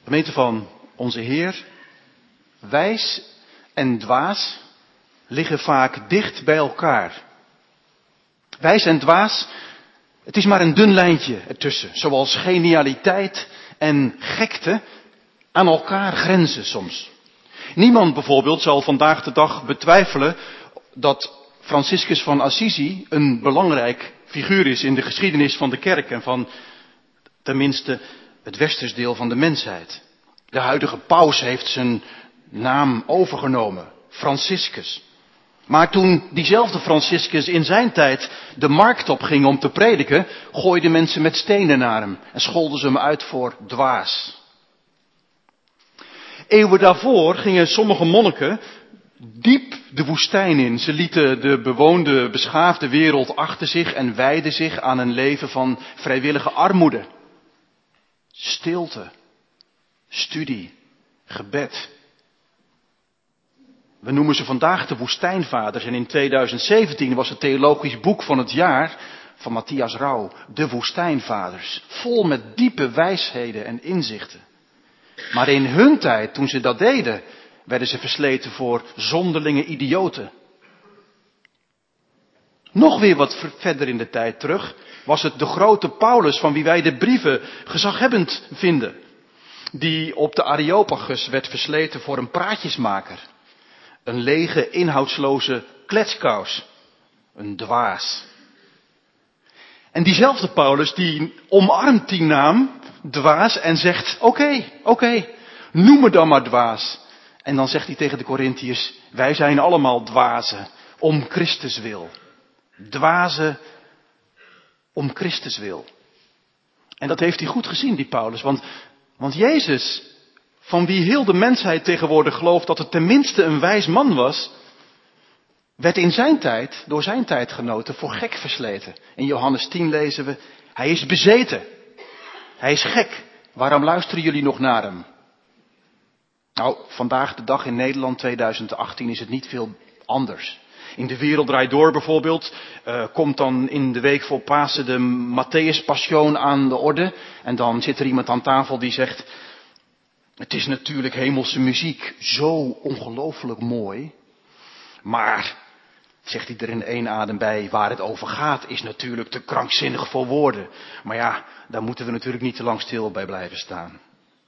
Gemeente van onze Heer, wijs en dwaas liggen vaak dicht bij elkaar. Wijs en dwaas, het is maar een dun lijntje ertussen. Zoals genialiteit en gekte aan elkaar grenzen soms. Niemand bijvoorbeeld zal vandaag de dag betwijfelen dat Franciscus van Assisi een belangrijk figuur is in de geschiedenis van de kerk en van tenminste het westers deel van de mensheid. De huidige paus heeft zijn naam overgenomen, Franciscus. Maar toen diezelfde Franciscus in zijn tijd de markt op ging om te prediken, gooiden mensen met stenen naar hem en scholden ze hem uit voor dwaas. Eeuwen daarvoor gingen sommige monniken diep de woestijn in. Ze lieten de bewoonde, beschaafde wereld achter zich en wijden zich aan een leven van vrijwillige armoede. Stilte, studie, gebed. We noemen ze vandaag de woestijnvaders en in 2017 was het theologisch boek van het jaar van Matthias Rauw, de woestijnvaders. Vol met diepe wijsheden en inzichten. Maar in hun tijd, toen ze dat deden, werden ze versleten voor zonderlinge idioten. Nog weer wat verder in de tijd terug was het de grote Paulus van wie wij de brieven gezaghebbend vinden. Die op de Areopagus werd versleten voor een praatjesmaker. Een lege, inhoudsloze kletskous. Een dwaas. En diezelfde Paulus die omarmt die naam, dwaas, en zegt, oké, noem me dan maar dwaas. En dan zegt hij tegen de Korintiërs, wij zijn allemaal dwazen, om Christus wil. Dwazen, om Christus wil. En dat heeft hij goed gezien, die Paulus, want Jezus, van wie heel de mensheid tegenwoordig gelooft dat het tenminste een wijs man was, werd in zijn tijd, door zijn tijdgenoten, voor gek versleten. In Johannes 10 lezen we, hij is bezeten. Hij is gek. Waarom luisteren jullie nog naar hem? Nou, vandaag de dag in Nederland 2018 is het niet veel anders. In De Wereld Draait Door bijvoorbeeld komt dan in de week voor Pasen de Matthäus Passion aan de orde. En dan zit er iemand aan tafel die zegt, het is natuurlijk hemelse muziek, zo ongelooflijk mooi. Maar, zegt hij er in één adem bij, waar het over gaat is natuurlijk te krankzinnig voor woorden. Maar ja, daar moeten we natuurlijk niet te lang stil bij blijven staan.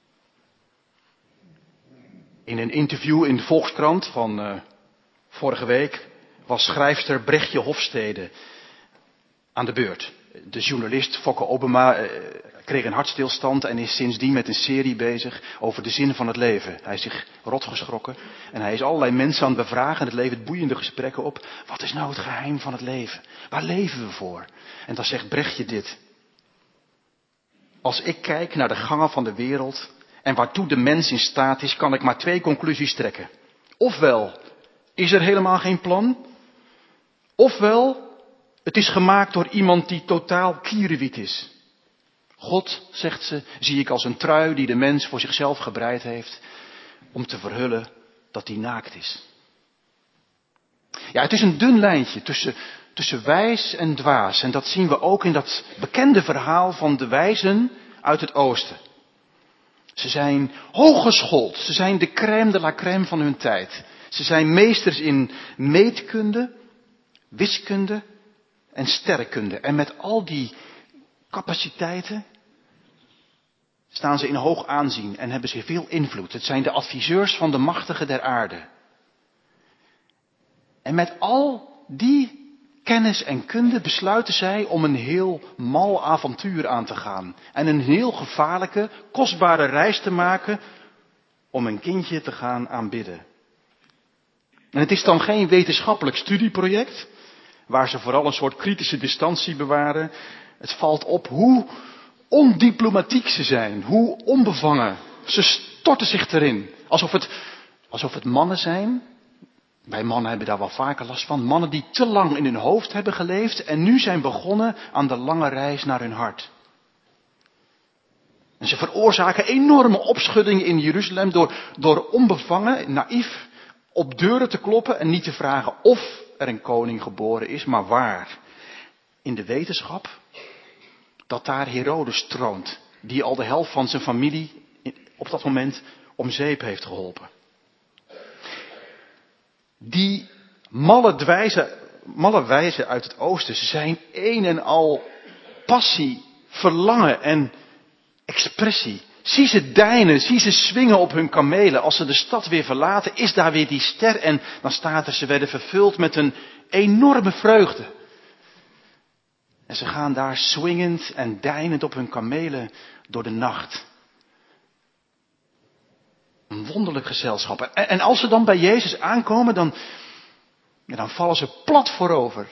In een interview in de Volkskrant van vorige week was schrijfster Brechtje Hofstede aan de beurt. De journalist Fokke Obama kreeg een hartstilstand en is sindsdien met een serie bezig over de zin van het leven. Hij is zich rot geschrokken en hij is allerlei mensen aan het bevragen. Het levert boeiende gesprekken op. Wat is nou het geheim van het leven? Waar leven we voor? En dan zegt Brechtje dit. Als ik kijk naar de gangen van de wereld en waartoe de mens in staat is, kan ik maar 2 conclusies trekken. Ofwel is er helemaal geen plan, ofwel het is gemaakt door iemand die totaal kierenwiet is. God, zegt ze, zie ik als een trui die de mens voor zichzelf gebreid heeft om te verhullen dat hij naakt is. Ja, het is een dun lijntje tussen wijs en dwaas. En dat zien we ook in dat bekende verhaal van de wijzen uit het oosten. Ze zijn hooggeschoold. Ze zijn de crème de la crème van hun tijd. Ze zijn meesters in meetkunde, wiskunde en sterrenkunde. En met al die capaciteiten staan ze in hoog aanzien en hebben ze veel invloed. Het zijn de adviseurs van de machtigen der aarde. En met al die kennis en kunde besluiten zij om een heel mal avontuur aan te gaan. En een heel gevaarlijke, kostbare reis te maken om een kindje te gaan aanbidden. En het is dan geen wetenschappelijk studieproject, waar ze vooral een soort kritische distantie bewaren. Het valt op hoe ondiplomatiek ze zijn, hoe onbevangen. Ze storten zich erin, alsof het mannen zijn. Wij mannen hebben daar wel vaker last van. Mannen die te lang in hun hoofd hebben geleefd en nu zijn begonnen aan de lange reis naar hun hart. En ze veroorzaken enorme opschuddingen in Jeruzalem door onbevangen, naïef op deuren te kloppen en niet te vragen of er een koning geboren is, maar waar. In de wetenschap dat daar Herodes troont, die al de helft van zijn familie op dat moment om zeep heeft geholpen. Die malle wijzen uit het oosten zijn een en al passie, verlangen en expressie. Zie ze deinen, zie ze swingen op hun kamelen. Als ze de stad weer verlaten, is daar weer die ster. En dan staat er, ze werden vervuld met een enorme vreugde. En ze gaan daar swingend en deinend op hun kamelen door de nacht. Een wonderlijk gezelschap. En als ze dan bij Jezus aankomen, dan vallen ze plat voorover.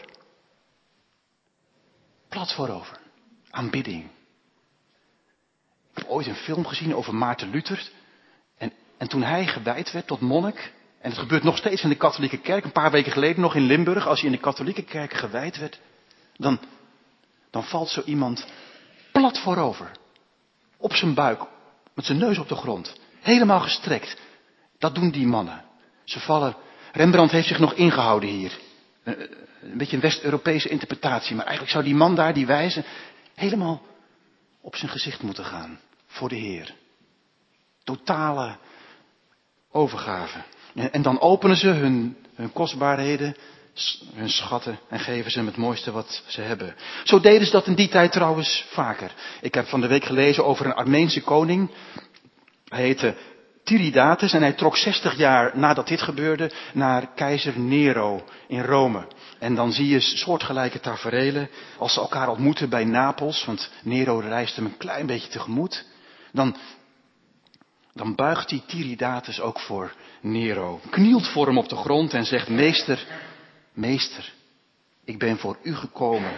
Plat voorover. Aanbidding. Ik heb ooit een film gezien over Maarten Luther. En toen hij gewijd werd tot monnik. En het gebeurt nog steeds in de katholieke kerk. Een paar weken geleden nog in Limburg. Als je in de katholieke kerk gewijd werd. Dan valt zo iemand plat voorover. Op zijn buik. Met zijn neus op de grond. Helemaal gestrekt. Dat doen die mannen. Ze vallen. Rembrandt heeft zich nog ingehouden hier. Een beetje een West-Europese interpretatie. Maar eigenlijk zou die man daar, die wijze, helemaal op zijn gezicht moeten gaan. Voor de Heer. Totale overgave. En dan openen ze hun kostbaarheden, hun schatten en geven ze hem het mooiste wat ze hebben. Zo deden ze dat in die tijd trouwens vaker. Ik heb van de week gelezen over een Armeense koning. Hij heette Tiridates en hij trok 60 jaar nadat dit gebeurde naar keizer Nero in Rome. En dan zie je soortgelijke taferelen als ze elkaar ontmoeten bij Napels, want Nero reist hem een klein beetje tegemoet. Dan buigt die Tiridates ook voor Nero, knielt voor hem op de grond en zegt: Meester, ik ben voor u gekomen.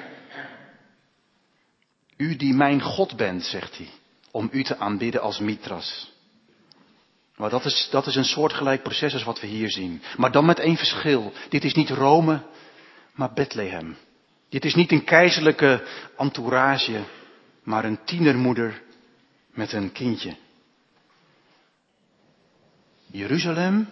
U die mijn God bent, zegt hij, om u te aanbidden als Mithras. Maar dat is een soortgelijk proces als wat we hier zien. Maar dan met één verschil. Dit is niet Rome, maar Bethlehem. Dit is niet een keizerlijke entourage, maar een tienermoeder met een kindje. Jeruzalem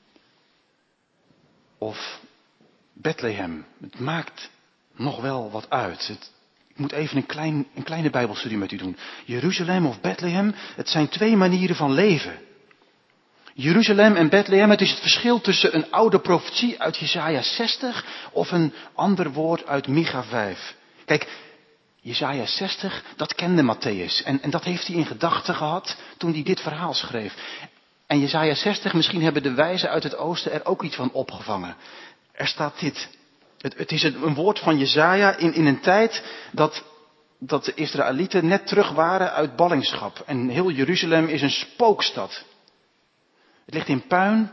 of Bethlehem. Het maakt nog wel wat uit. Ik moet even een kleine bijbelstudie met u doen. Jeruzalem of Bethlehem, het zijn twee manieren van leven. Jeruzalem en Bethlehem, het is het verschil tussen een oude profetie uit Jesaja 60 of een ander woord uit Micha 5. Kijk, Jesaja 60, dat kende Matthäus. En dat heeft hij in gedachten gehad toen hij dit verhaal schreef. En Jesaja 60, misschien hebben de wijzen uit het oosten er ook iets van opgevangen. Er staat dit. Het is een woord van Jesaja in een tijd dat de Israëlieten net terug waren uit ballingschap. En heel Jeruzalem is een spookstad. Het ligt in puin.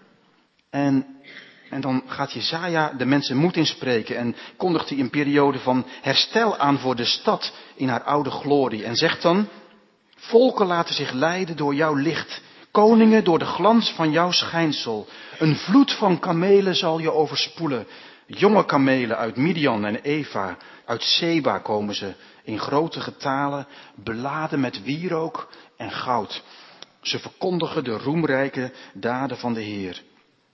En dan gaat Jesaja de mensen moed inspreken. En kondigt hij een periode van herstel aan voor de stad in haar oude glorie. En zegt dan: volken laten zich leiden door jouw licht. Koningen door de glans van jouw schijnsel. Een vloed van kamelen zal je overspoelen. Jonge kamelen uit Midian en Eva. Uit Seba komen ze in grote getalen, beladen met wierook en goud. Ze verkondigen de roemrijke daden van de Heer.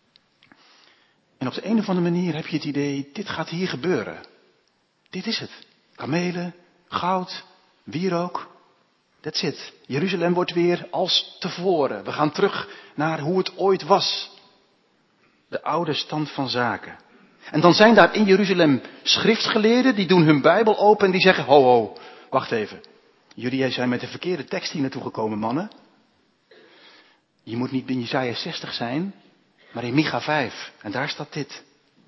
En op de een of andere manier heb je het idee, dit gaat hier gebeuren. Dit is het. Kamelen, goud, wierook. That's it. Jeruzalem wordt weer als tevoren. We gaan terug naar hoe het ooit was. De oude stand van zaken. En dan zijn daar in Jeruzalem schriftgeleerden, die doen hun Bijbel open en die zeggen: ho, wacht even. Jullie zijn met de verkeerde tekst hier naartoe gekomen, mannen. Je moet niet in Jesaja 60 zijn, maar in Micha 5. En daar staat dit.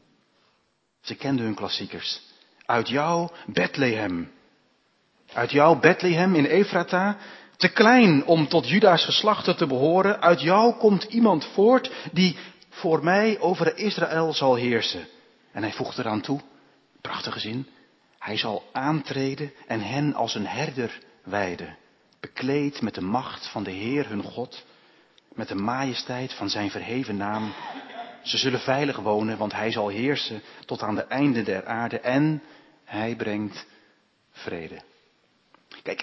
Ze kenden hun klassiekers. Uit jou, Bethlehem. Uit jou, Bethlehem in Efrata. Te klein om tot Juda's geslachten te behoren. Uit jou komt iemand voort die voor mij over Israël zal heersen. En hij voegt eraan toe, prachtige zin. Hij zal aantreden en hen als een herder weiden. Bekleed met de macht van de Heer hun God. Met de majesteit van zijn verheven naam. Ze zullen veilig wonen, want hij zal heersen tot aan de einden der aarde. En hij brengt vrede. Kijk,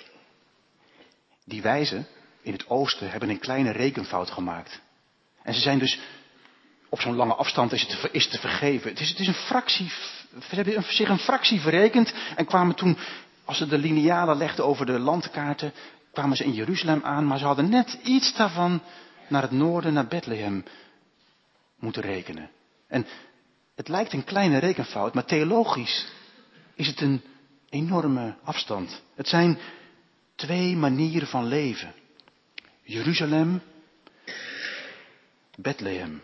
die wijzen in het oosten hebben een kleine rekenfout gemaakt. En ze zijn dus, op zo'n lange afstand is het te vergeven. Het is een fractie, ze hebben zich een fractie verrekend en kwamen toen Als ze de linealen legden over de landkaarten, kwamen ze in Jeruzalem aan, maar ze hadden net iets daarvan naar het noorden, naar Bethlehem moeten rekenen. En het lijkt een kleine rekenfout, maar theologisch is het een enorme afstand. Het zijn twee manieren van leven. Jeruzalem, Bethlehem.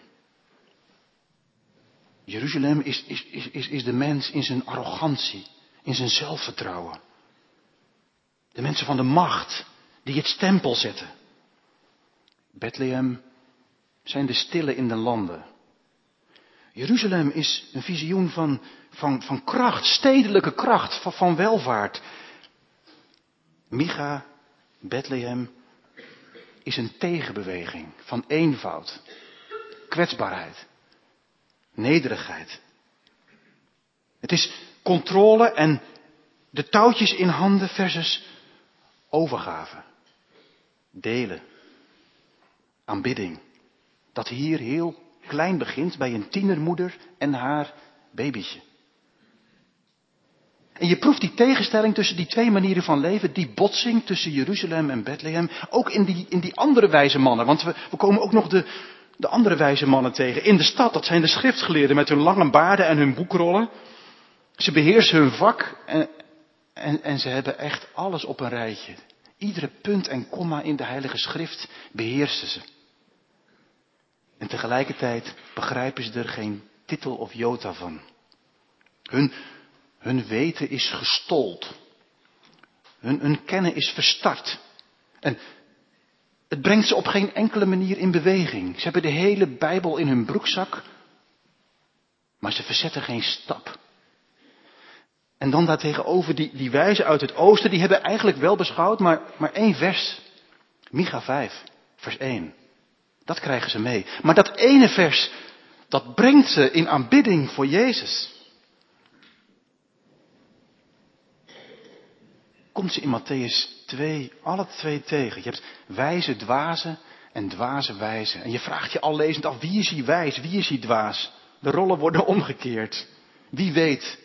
Jeruzalem is de mens in zijn arrogantie, in zijn zelfvertrouwen. De mensen van de macht die het stempel zetten. Bethlehem zijn de stille in de landen. Jeruzalem is een visioen van kracht, stedelijke kracht, van welvaart. Micha, Bethlehem, is een tegenbeweging van eenvoud, kwetsbaarheid, nederigheid. Het is controle en de touwtjes in handen versus overgave, delen, aanbidding. Dat hier heel klein begint bij een tienermoeder en haar babytje. En je proeft die tegenstelling tussen die twee manieren van leven, die botsing tussen Jeruzalem en Bethlehem, ook in die andere wijze mannen. Want we komen ook nog de andere wijze mannen tegen in de stad. Dat zijn de schriftgeleerden met hun lange baarden en hun boekrollen. Ze beheersen hun vak en ze hebben echt alles op een rijtje. Iedere punt en komma in de Heilige Schrift beheersen ze. En tegelijkertijd begrijpen ze er geen titel of jota van. Hun weten is gestold. Hun kennen is verstard. En het brengt ze op geen enkele manier in beweging. Ze hebben de hele Bijbel in hun broekzak, maar ze verzetten geen stap. En dan daartegenover die wijzen uit het oosten, die hebben eigenlijk wel beschouwd, maar één vers. Micha 5, vers 1. Dat krijgen ze mee. Maar dat ene vers, dat brengt ze in aanbidding voor Jezus. Komt ze in Mattheüs 2, alle twee tegen. Je hebt wijze dwazen en dwaze wijze. En je vraagt je al lezend af, wie is hier wijs, wie is hier dwaas? De rollen worden omgekeerd. Wie weet?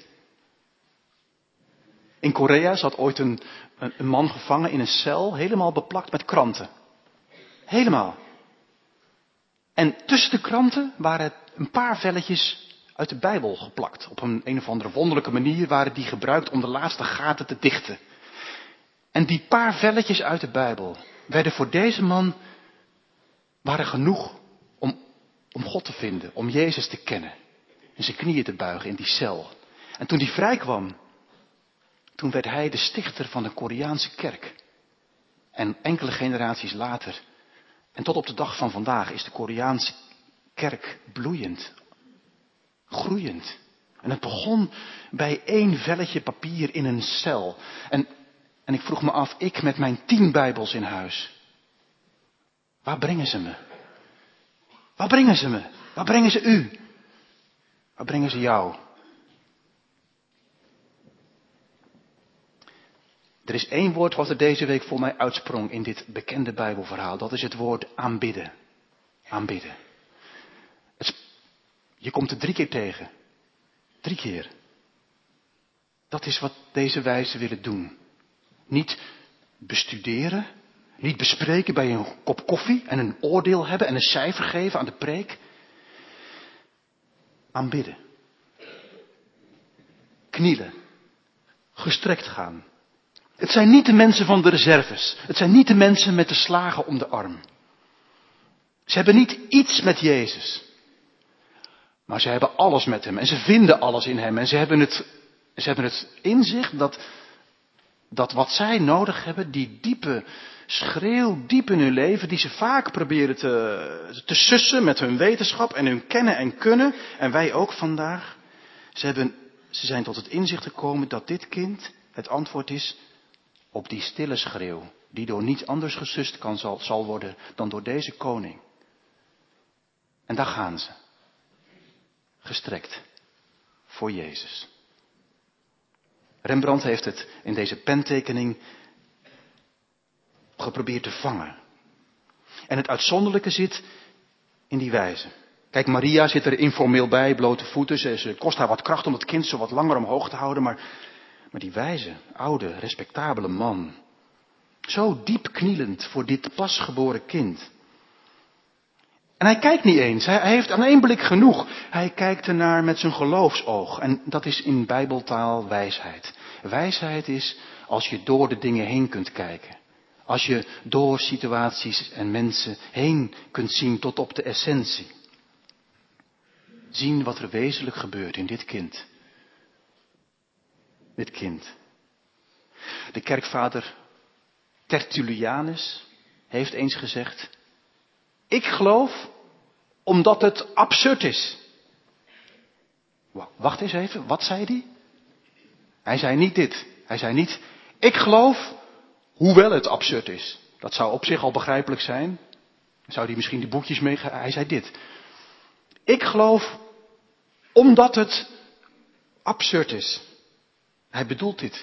In Korea zat ooit een man gevangen in een cel, helemaal beplakt met kranten. Helemaal. En tussen de kranten waren een paar velletjes uit de Bijbel geplakt. Op een of andere wonderlijke manier waren die gebruikt om de laatste gaten te dichten. En die paar velletjes uit de Bijbel werden voor deze man, waren genoeg om God te vinden, om Jezus te kennen. En zijn knieën te buigen in die cel. En toen hij vrijkwam, toen werd hij de stichter van de Koreaanse kerk. En enkele generaties later, en tot op de dag van vandaag, is de Koreaanse kerk bloeiend, groeiend. En het begon bij één velletje papier in een cel. En ik vroeg me af, ik met mijn 10 Bijbels in huis. Waar brengen ze me? Waar brengen ze me? Waar brengen ze u? Waar brengen ze jou? Er is één woord wat er deze week voor mij uitsprong in dit bekende Bijbelverhaal. Dat is het woord aanbidden. Aanbidden. Je komt er 3 keer tegen. 3 keer. Dat is wat deze wijzen willen doen. Niet bestuderen, niet bespreken bij een kop koffie en een oordeel hebben en een cijfer geven aan de preek. Aanbidden. Knielen. Gestrekt gaan. Het zijn niet de mensen van de reserves. Het zijn niet de mensen met de slagen om de arm. Ze hebben niet iets met Jezus. Maar ze hebben alles met hem en ze vinden alles in hem. En ze hebben het inzicht dat wat zij nodig hebben, die diepe schreeuw, diep in hun leven, die ze vaak proberen te sussen met hun wetenschap en hun kennen en kunnen, en wij ook vandaag, ze zijn tot het inzicht gekomen dat dit kind het antwoord is op die stille schreeuw, die door niets anders gesust zal worden dan door deze koning. En daar gaan ze, gestrekt voor Jezus. Rembrandt heeft het in deze pentekening geprobeerd te vangen. En het uitzonderlijke zit in die wijze. Kijk, Maria zit er informeel bij, blote voeten. Ze kost haar wat kracht om het kind zo wat langer omhoog te houden. Maar die wijze, oude, respectabele man, zo diep knielend voor dit pasgeboren kind. En hij kijkt niet eens, hij heeft aan één blik genoeg. Hij kijkt ernaar met zijn geloofsoog. En dat is in bijbeltaal wijsheid. Wijsheid is als je door de dingen heen kunt kijken. Als je door situaties en mensen heen kunt zien tot op de essentie. Zien wat er wezenlijk gebeurt in dit kind. Dit kind. De kerkvader Tertullianus heeft eens gezegd: ik geloof omdat het absurd is. Wacht eens even, wat zei hij? Hij zei niet dit. Hij zei niet: ik geloof hoewel het absurd is. Dat zou op zich al begrijpelijk zijn. Zou hij misschien die boekjes meegeven? Hij zei dit: ik geloof omdat het absurd is. Hij bedoelt dit.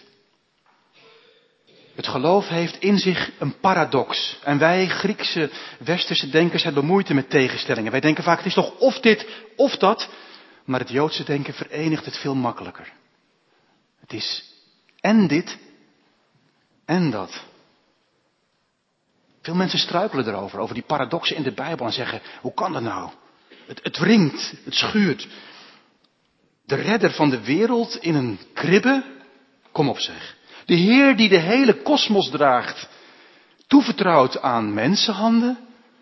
Het geloof heeft in zich een paradox. En wij Griekse, westerse denkers hebben moeite met tegenstellingen. Wij denken vaak, het is toch of dit of dat. Maar het Joodse denken verenigt het veel makkelijker. Het is en dit en dat. Veel mensen struikelen erover, over die paradoxen in de Bijbel en zeggen: hoe kan dat nou? Het wringt, het schuurt. De redder van de wereld in een kribbe? Kom op zeg. De Heer die de hele kosmos draagt, toevertrouwd aan mensenhanden.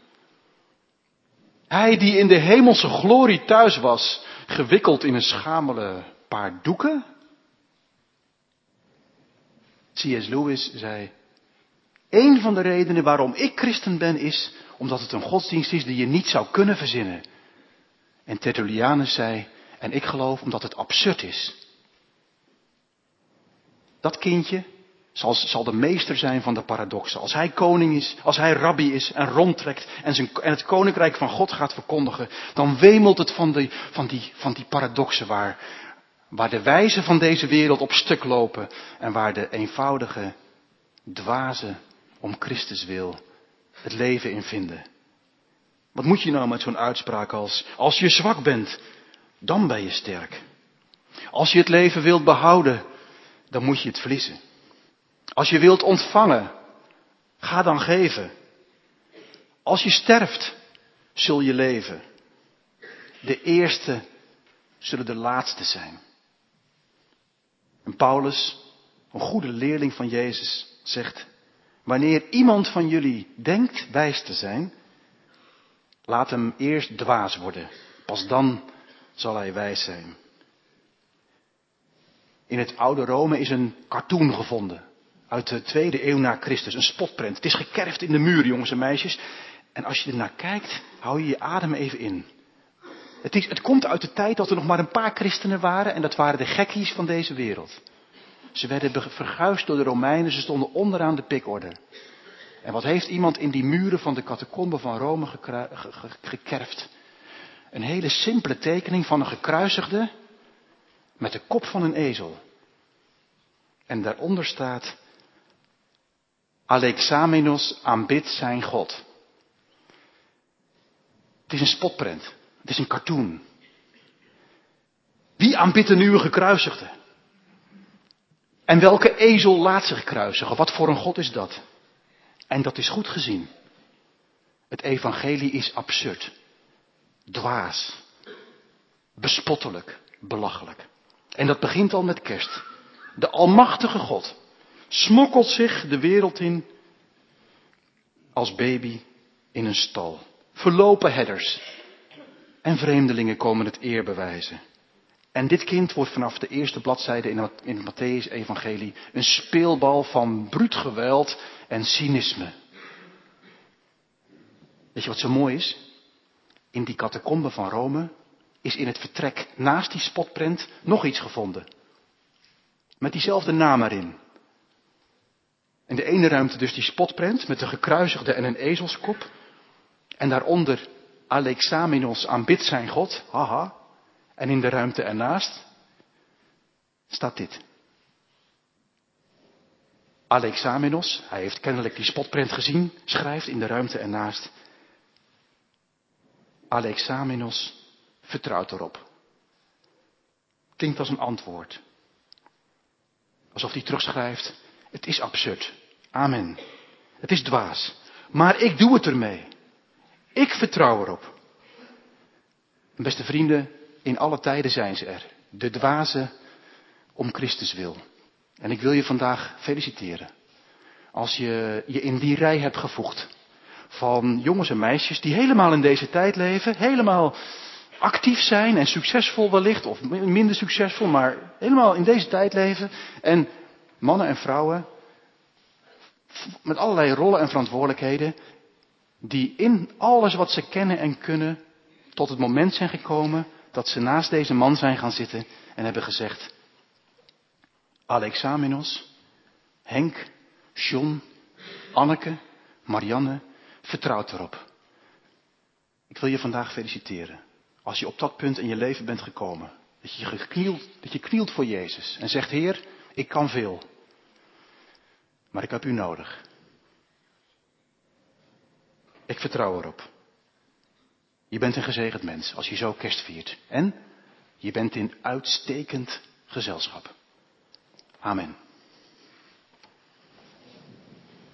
Hij die in de hemelse glorie thuis was, gewikkeld in een schamele paar doeken. C.S. Lewis zei: een van de redenen waarom ik christen ben is omdat het een godsdienst is die je niet zou kunnen verzinnen. En Tertullianus zei: en ik geloof omdat het absurd is. Dat kindje zal de meester zijn van de paradoxen. Als hij koning is, als hij rabbi is en rondtrekt en het koninkrijk van God gaat verkondigen, dan wemelt het van die paradoxen waar de wijzen van deze wereld op stuk lopen en waar de eenvoudige dwazen om Christus wil het leven in vinden. Wat moet je nou met zo'n uitspraak als je zwak bent, dan ben je sterk. Als je het leven wilt behouden, dan moet je het verliezen. Als je wilt ontvangen, ga dan geven. Als je sterft, zul je leven. De eerste zullen de laatste zijn. En Paulus, een goede leerling van Jezus, zegt: wanneer iemand van jullie denkt wijs te zijn, laat hem eerst dwaas worden. Pas dan zal hij wijs zijn. In het oude Rome is een cartoon gevonden. Uit de 2e eeuw na Christus. Een spotprent. Het is gekerfd in de muur, jongens en meisjes. En als je er naar kijkt, hou je je adem even in. Het komt uit de tijd dat er nog maar een paar christenen waren. En dat waren de gekkies van deze wereld. Ze werden verguisd door de Romeinen. Ze stonden onderaan de pikorde. En wat heeft iemand in die muren van de catacomben van Rome gekerfd? Een hele simpele tekening van een gekruisigde met de kop van een ezel. En daaronder staat: Alexamenos aanbidt zijn God. Het is een spotprent. Het is een cartoon. Wie aanbidt er nu een gekruisigde? En welke ezel laat zich kruisigen? Wat voor een God is dat? En dat is goed gezien. Het evangelie is absurd. Dwaas. Bespottelijk. Belachelijk. En dat begint al met kerst. De almachtige God smokkelt zich de wereld in als baby in een stal. Verlopen herders en vreemdelingen komen het eer bewijzen. En dit kind wordt vanaf de eerste bladzijde in het Mattheüs-evangelie een speelbal van bruut geweld en cynisme. Weet je wat zo mooi is? In die catacomben van Rome is in het vertrek naast die spotprent nog iets gevonden. Met diezelfde naam erin. In de ene ruimte dus die spotprent met een gekruisigde en een ezelskop. En daaronder Alexamenos aanbidt zijn God. Haha. En in de ruimte ernaast staat dit. Alexamenos, hij heeft kennelijk die spotprent gezien, schrijft in de ruimte ernaast. Alexamenos vertrouwt erop. Klinkt als een antwoord. Alsof hij terugschrijft, het is absurd. Amen. Het is dwaas. Maar ik doe het ermee. Ik vertrouw erop. Beste vrienden, in alle tijden zijn ze er. De dwazen om Christus wil. En ik wil je vandaag feliciteren. Als je je in die rij hebt gevoegd. Van jongens en meisjes die helemaal in deze tijd leven. Helemaal actief zijn en succesvol wellicht. Of minder succesvol, maar helemaal in deze tijd leven. En mannen en vrouwen. Met allerlei rollen en verantwoordelijkheden. Die in alles wat ze kennen en kunnen. Tot het moment zijn gekomen dat ze naast deze man zijn gaan zitten. En hebben gezegd. Alexamenos, Henk, John, Anneke, Marianne, vertrouwt erop. Ik wil je vandaag feliciteren. Als je op dat punt in je leven bent gekomen. Dat je knielt voor Jezus. En zegt, Heer, ik kan veel. Maar ik heb u nodig. Ik vertrouw erop. Je bent een gezegend mens als je zo kerst viert. En je bent in uitstekend gezelschap. Amen.